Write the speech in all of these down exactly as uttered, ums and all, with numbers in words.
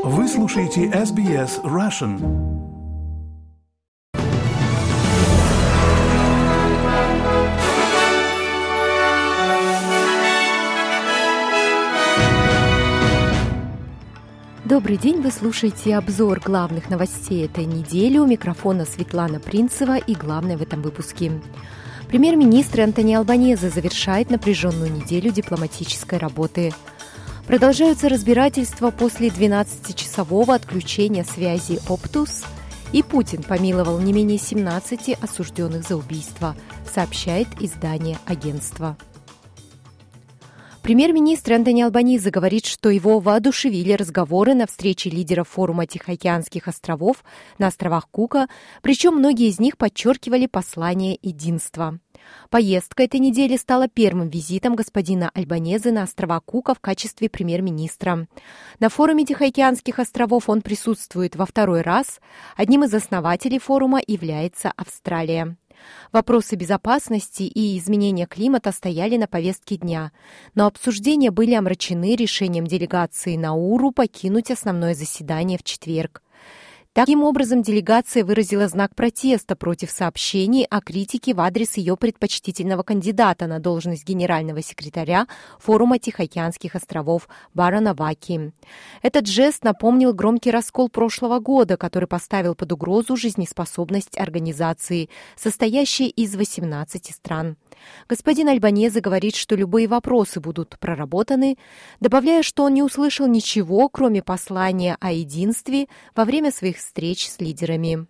Вы слушаете эс би эс Russian. Добрый день, вы слушаете обзор главных новостей этой недели. У микрофона Светлана Принцева и главное в этом выпуске. Премьер-министр Антони Албанезе завершает напряженную неделю дипломатической работы. Продолжаются разбирательства после двенадцатичасового отключения связи Optus, и Путин помиловал не менее семнадцати осужденных за убийство, сообщает издание агентства. Премьер-министр Антони Албанезе говорит, что его воодушевили разговоры на встрече лидеров форума Тихоокеанских островов на островах Кука, причем многие из них подчеркивали послание единства. Поездка этой недели стала первым визитом господина Албанезе на острова Кука в качестве премьер-министра. На форуме Тихоокеанских островов он присутствует во второй раз. Одним из основателей форума является Австралия. Вопросы безопасности и изменения климата стояли на повестке дня, но обсуждения были омрачены решением делегации Науру покинуть основное заседание в четверг. Таким образом, делегация выразила знак протеста против сообщений о критике в адрес ее предпочтительного кандидата на должность генерального секретаря форума Тихоокеанских островов Барона Ваки. Этот жест напомнил громкий раскол прошлого года, который поставил под угрозу жизнеспособность организации, состоящей из восемнадцати стран. Господин Албанезе говорит, что любые вопросы будут проработаны, добавляя, что он не услышал ничего, кроме послания о единстве во время своих встреч с лидерами.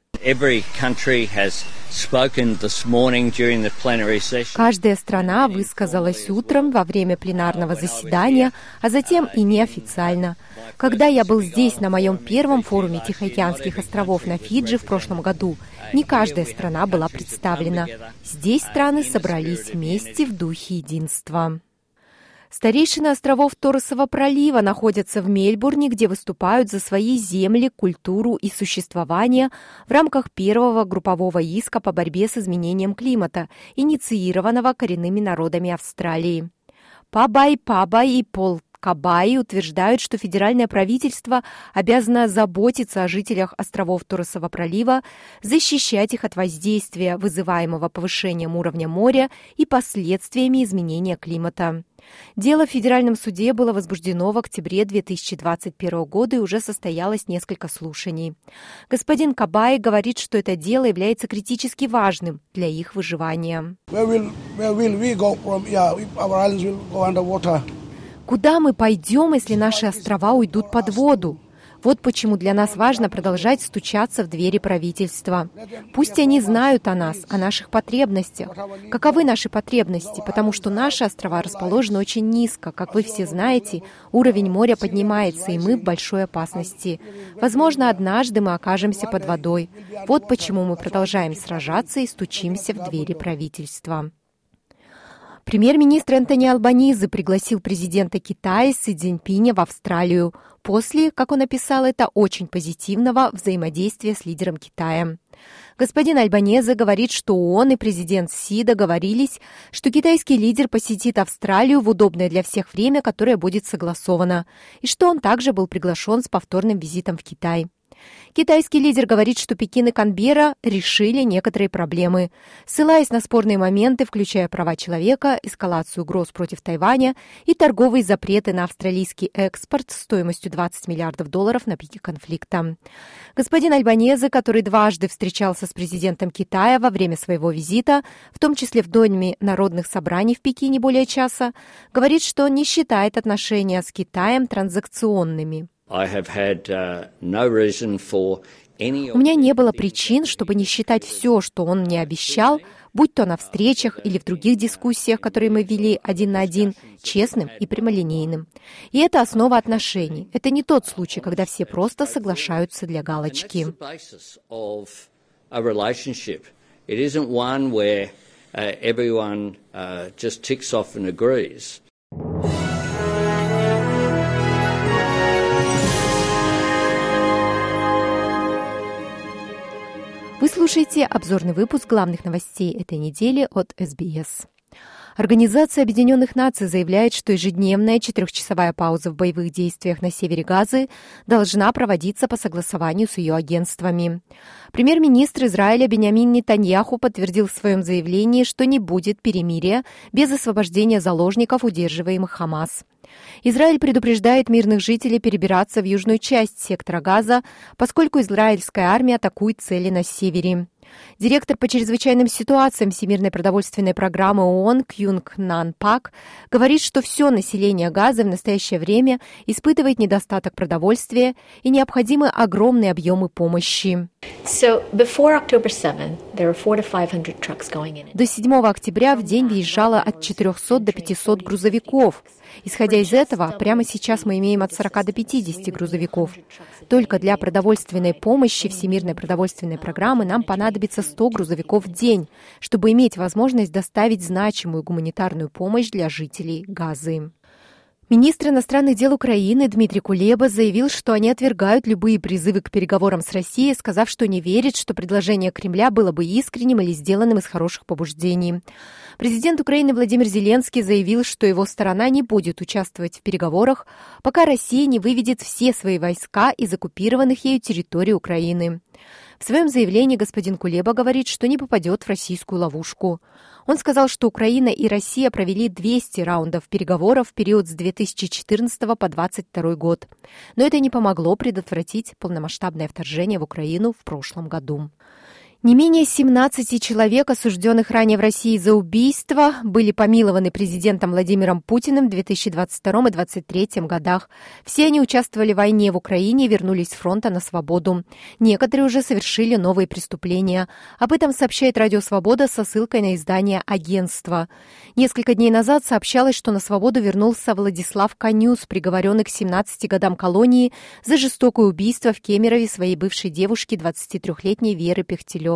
Каждая страна высказалась утром во время пленарного заседания, а затем и неофициально. Когда я был здесь на моем первом форуме Тихоокеанских островов на Фиджи в прошлом году, не каждая страна была представлена. Здесь страны собрались вместе в духе единства. Старейшины островов Торресова пролива находятся в Мельбурне, где выступают за свои земли, культуру и существование в рамках первого группового иска по борьбе с изменением климата, инициированного коренными народами Австралии. Пабай, Пабай и Пол Кабай утверждают, что федеральное правительство обязано заботиться о жителях островов Торресова пролива, защищать их от воздействия, вызываемого повышением уровня моря и последствиями изменения климата. Дело в федеральном суде было возбуждено в октябре две тысячи двадцать первого года и уже состоялось несколько слушаний. Господин Кабай говорит, что это дело является критически важным для их выживания. Куда мы пойдем, если наши острова уйдут под воду? Вот почему для нас важно продолжать стучаться в двери правительства. Пусть они знают о нас, о наших потребностях. Каковы наши потребности? Потому что наши острова расположены очень низко. Как вы все знаете, уровень моря поднимается, и мы в большой опасности. Возможно, однажды мы окажемся под водой. Вот почему мы продолжаем сражаться и стучимся в двери правительства. Премьер-министр Антони Албанезе пригласил президента Китая Си Цзиньпиня в Австралию после, как он описал это, очень позитивного взаимодействия с лидером Китая. Господин Албанезе говорит, что он и президент Си договорились, что китайский лидер посетит Австралию в удобное для всех время, которое будет согласовано, и что он также был приглашен с повторным визитом в Китай. Китайский лидер говорит, что Пекин и Канберра решили некоторые проблемы. Ссылаясь на спорные моменты, включая права человека, эскалацию угроз против Тайваня и торговые запреты на австралийский экспорт стоимостью двадцать миллиардов долларов на пике конфликта. Господин Албанезе, который дважды встречался с президентом Китая во время своего визита, в том числе в Доме народных собраний в Пекине более часа, говорит, что он не считает отношения с Китаем транзакционными. У меня не было причин, чтобы не считать все, что он мне обещал, будь то на встречах или в других дискуссиях, которые мы вели один на один, честным и прямолинейным. И это основа отношений. Это не тот случай, когда все просто соглашаются для галочки. Вы слушаете обзорный выпуск главных новостей этой недели от эс би эс. Организация Объединенных Наций заявляет, что ежедневная четырехчасовая пауза в боевых действиях на севере Газы должна проводиться по согласованию с ее агентствами. Премьер-министр Израиля Биньямин Нетаньяху подтвердил в своем заявлении, что не будет перемирия без освобождения заложников, удерживаемых Хамас. Израиль предупреждает мирных жителей перебираться в южную часть сектора Газа, поскольку израильская армия атакует цели на севере. Директор по чрезвычайным ситуациям Всемирной продовольственной программы ООН Кюнг Нан Пак говорит, что все население Газы в настоящее время испытывает недостаток продовольствия и необходимы огромные объемы помощи. До седьмого октября в день въезжало от четырехсот до пятисот грузовиков. Исходя из этого, прямо сейчас мы имеем от сорока до пятидесяти грузовиков. Только для продовольственной помощи Всемирной продовольственной программы нам понадобится сто грузовиков в день, чтобы иметь возможность доставить значимую гуманитарную помощь для жителей Газы. Министр иностранных дел Украины Дмитрий Кулеба заявил, что они отвергают любые призывы к переговорам с Россией, сказав, что не верит, что предложение Кремля было бы искренним или сделанным из хороших побуждений. Президент Украины Владимир Зеленский заявил, что его сторона не будет участвовать в переговорах, пока Россия не выведет все свои войска из оккупированных ею территорий Украины. В своем заявлении господин Кулеба говорит, что не попадет в российскую ловушку. Он сказал, что Украина и Россия провели двести раундов переговоров в период с две тысячи четырнадцатого по две тысячи двадцать второй год. Но это не помогло предотвратить полномасштабное вторжение в Украину в прошлом году. Не менее семнадцати человек, осужденных ранее в России за убийство, были помилованы президентом Владимиром Путиным в две тысячи двадцать втором и две тысячи двадцать третьем годах. Все они участвовали в войне в Украине и вернулись с фронта на свободу. Некоторые уже совершили новые преступления. Об этом сообщает Радио Свобода со ссылкой на издание «Агентство». Несколько дней назад сообщалось, что на свободу вернулся Владислав Конюс, приговоренный к семнадцати годам колонии за жестокое убийство в Кемерове своей бывшей девушки, двадцатитрёхлетней Веры Пехтелевой.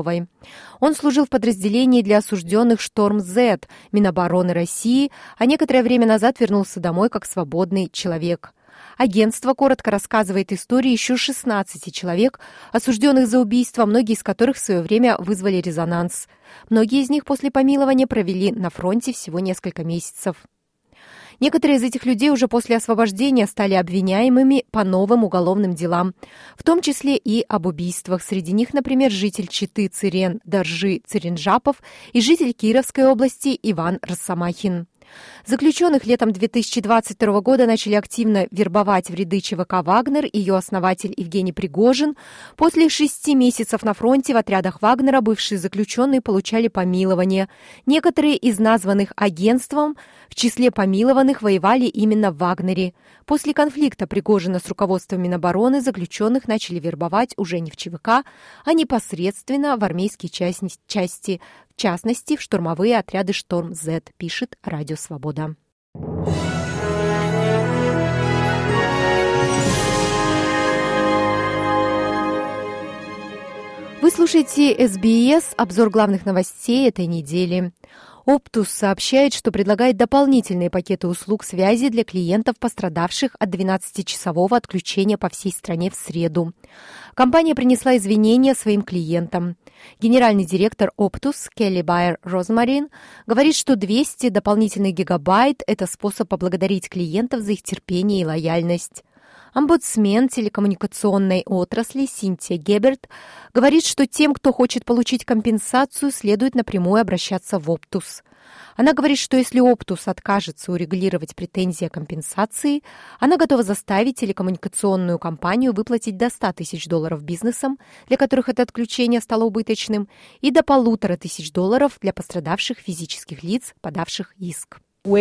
Он служил в подразделении для осужденных «Шторм-Зет» Минобороны России, а некоторое время назад вернулся домой как свободный человек. Агентство коротко рассказывает истории еще шестнадцати человек, осужденных за убийство, многие из которых в свое время вызвали резонанс. Многие из них после помилования провели на фронте всего несколько месяцев. Некоторые из этих людей уже после освобождения стали обвиняемыми по новым уголовным делам, в том числе и об убийствах. Среди них, например, житель Читы Цирен Доржи Циринжапов и житель Кировской области Иван Росомахин. Заключенных летом две тысячи двадцать второго года начали активно вербовать в ряды ЧВК «Вагнер», ее основатель Евгений Пригожин. После шести месяцев на фронте в отрядах Вагнера бывшие заключенные получали помилование. Некоторые из названных агентством в числе помилованных воевали именно в Вагнере. После конфликта Пригожина с руководством Минобороны заключенных начали вербовать уже не в ЧВК, а непосредственно в армейские части, в частности, в штурмовые отряды «Шторм-Зет», пишет Радио Свобода. Вы слушаете эс би эс, обзор главных новостей этой недели. Optus сообщает, что предлагает дополнительные пакеты услуг связи для клиентов, пострадавших от двенадцатичасового отключения по всей стране в среду. Компания принесла извинения своим клиентам. Генеральный директор Optus Келли Байер Розмарин говорит, что двести дополнительных гигабайт – это способ поблагодарить клиентов за их терпение и лояльность. Омбудсмен телекоммуникационной отрасли Синтия Геберт говорит, что тем, кто хочет получить компенсацию, следует напрямую обращаться в Optus. Она говорит, что если Optus откажется урегулировать претензии о компенсации, она готова заставить телекоммуникационную компанию выплатить до ста тысяч долларов бизнесам, для которых это отключение стало убыточным, и до полутора тысяч долларов для пострадавших физических лиц, подавших иск.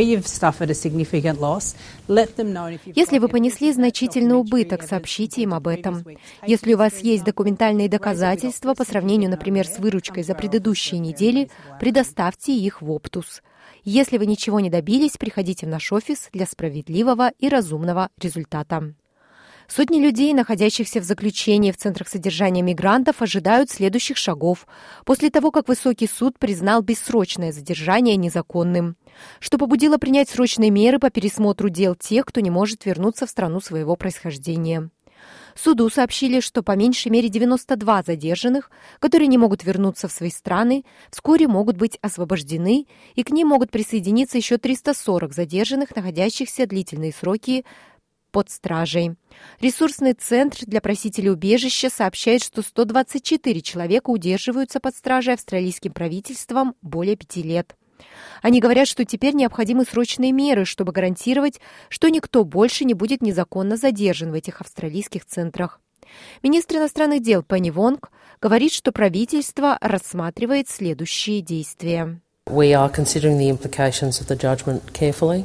Если вы понесли значительный убыток, сообщите им об этом. Если у вас есть документальные доказательства по сравнению, например, с выручкой за предыдущие недели, предоставьте их в Optus. Если вы ничего не добились, приходите в наш офис для справедливого и разумного результата. Сотни людей, находящихся в заключении в центрах содержания мигрантов, ожидают следующих шагов после того, как высокий суд признал бессрочное задержание незаконным, что побудило принять срочные меры по пересмотру дел тех, кто не может вернуться в страну своего происхождения. Суду сообщили, что по меньшей мере девяносто два задержанных, которые не могут вернуться в свои страны, вскоре могут быть освобождены, и к ним могут присоединиться еще триста сорок задержанных, находящихся длительные сроки под стражей. Ресурсный центр для просителей убежища сообщает, что сто двадцать четыре человека удерживаются под стражей австралийским правительством более пяти лет. Они говорят, что теперь необходимы срочные меры, чтобы гарантировать, что никто больше не будет незаконно задержан в этих австралийских центрах. Министр иностранных дел Пенни Вонг говорит, что правительство рассматривает следующие действия. We are considering the implications of the judgment carefully.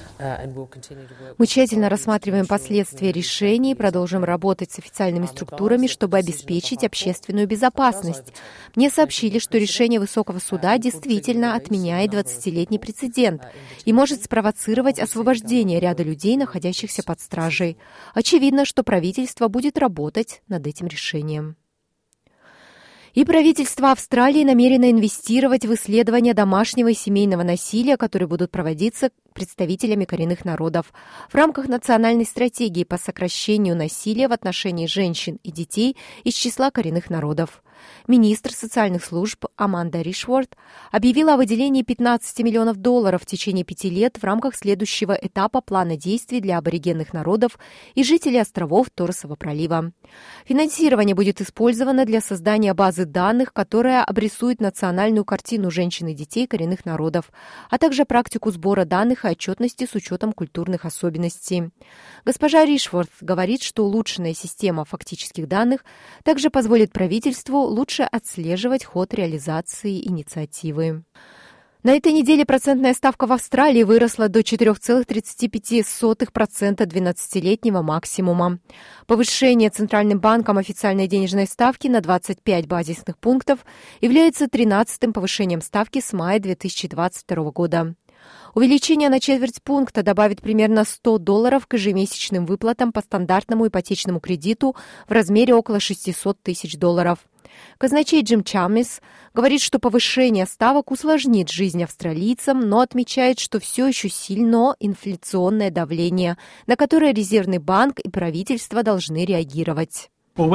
Мы тщательно рассматриваем последствия решений и продолжим работать с официальными структурами, чтобы обеспечить общественную безопасность. Мне сообщили, что решение Высокого суда действительно отменяет двадцатилетний прецедент и может спровоцировать освобождение ряда людей, находящихся под стражей. Очевидно, что правительство будет работать над этим решением. И правительство Австралии намерено инвестировать в исследования домашнего и семейного насилия, которые будут проводиться представителями коренных народов в рамках национальной стратегии по сокращению насилия в отношении женщин и детей из числа коренных народов. Министр социальных служб Аманда Ришворт объявила о выделении пятнадцати миллионов долларов в течение пяти лет в рамках следующего этапа плана действий для аборигенных народов и жителей островов Торресового пролива. Финансирование будет использовано для создания базы данных, которая обрисует национальную картину женщин и детей коренных народов, а также практику сбора данных и отчетности с учетом культурных особенностей. Госпожа Ришворт говорит, что улучшенная система фактических данных также позволит правительству лучше отслеживать ход реализации инициативы. На этой неделе процентная ставка в Австралии выросла до четыре целых тридцать пять сотых процента двенадцатилетнего максимума. Повышение Центральным банком официальной денежной ставки на двадцать пять базисных пунктов является тринадцатым повышением ставки с мая две тысячи двадцать второго года. Увеличение на четверть пункта добавит примерно сто долларов к ежемесячным выплатам по стандартному ипотечному кредиту в размере около шестьсот тысяч долларов. Казначей Джим Чамис говорит, что повышение ставок усложнит жизнь австралийцам, но отмечает, что все еще сильно инфляционное давление, на которое Резервный банк и правительство должны реагировать. В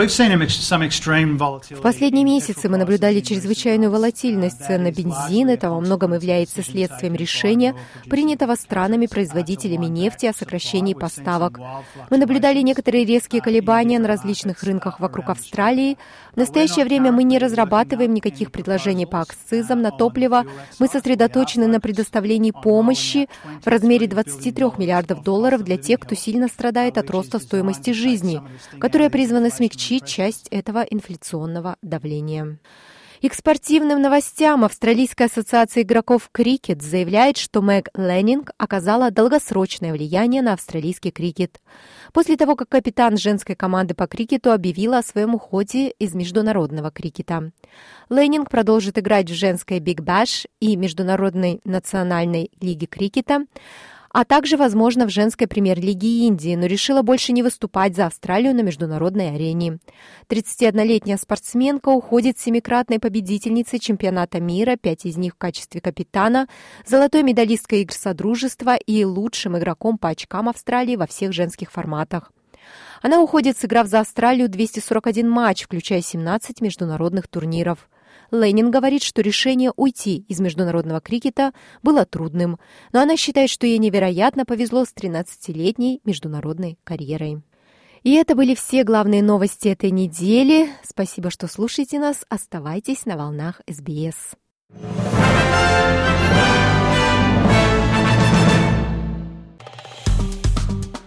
последние месяцы мы наблюдали чрезвычайную волатильность цен на бензин. Это во многом является следствием решения, принятого странами-производителями нефти о сокращении поставок. Мы наблюдали некоторые резкие колебания на различных рынках вокруг Австралии. В настоящее время мы не разрабатываем никаких предложений по акцизам на топливо. Мы сосредоточены на предоставлении помощи в размере двадцати трёх миллиардов долларов для тех, кто сильно страдает от роста стоимости жизни, которая призвана смягчить часть этого инфляционного давления. И к спортивным новостям. Австралийская ассоциация игроков крикет заявляет, что Мэг Леннинг оказала долгосрочное влияние на австралийский крикет. После того, как капитан женской команды по крикету объявила о своем уходе из международного крикета. Леннинг продолжит играть в женской Биг Бэш и Международной национальной лиге крикета, а также, возможно, в женской премьер-лиге Индии, но решила больше не выступать за Австралию на международной арене. тридцатиоднолетняя спортсменка уходит с семикратной победительницей чемпионата мира, пять из них в качестве капитана, золотой медалисткой игр Содружества и лучшим игроком по очкам Австралии во всех женских форматах. Она уходит, сыграв за Австралию двести сорок один матч, включая семнадцать международных турниров. Леннинг говорит, что решение уйти из международного крикета было трудным, но она считает, что ей невероятно повезло с тринадцатилетней международной карьерой. И это были все главные новости этой недели. Спасибо, что слушаете нас. Оставайтесь на волнах эс би эс.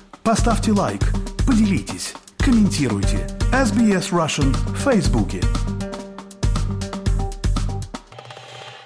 Поставьте лайк, поделитесь, комментируйте. эс би эс Russian в Фейсбуке.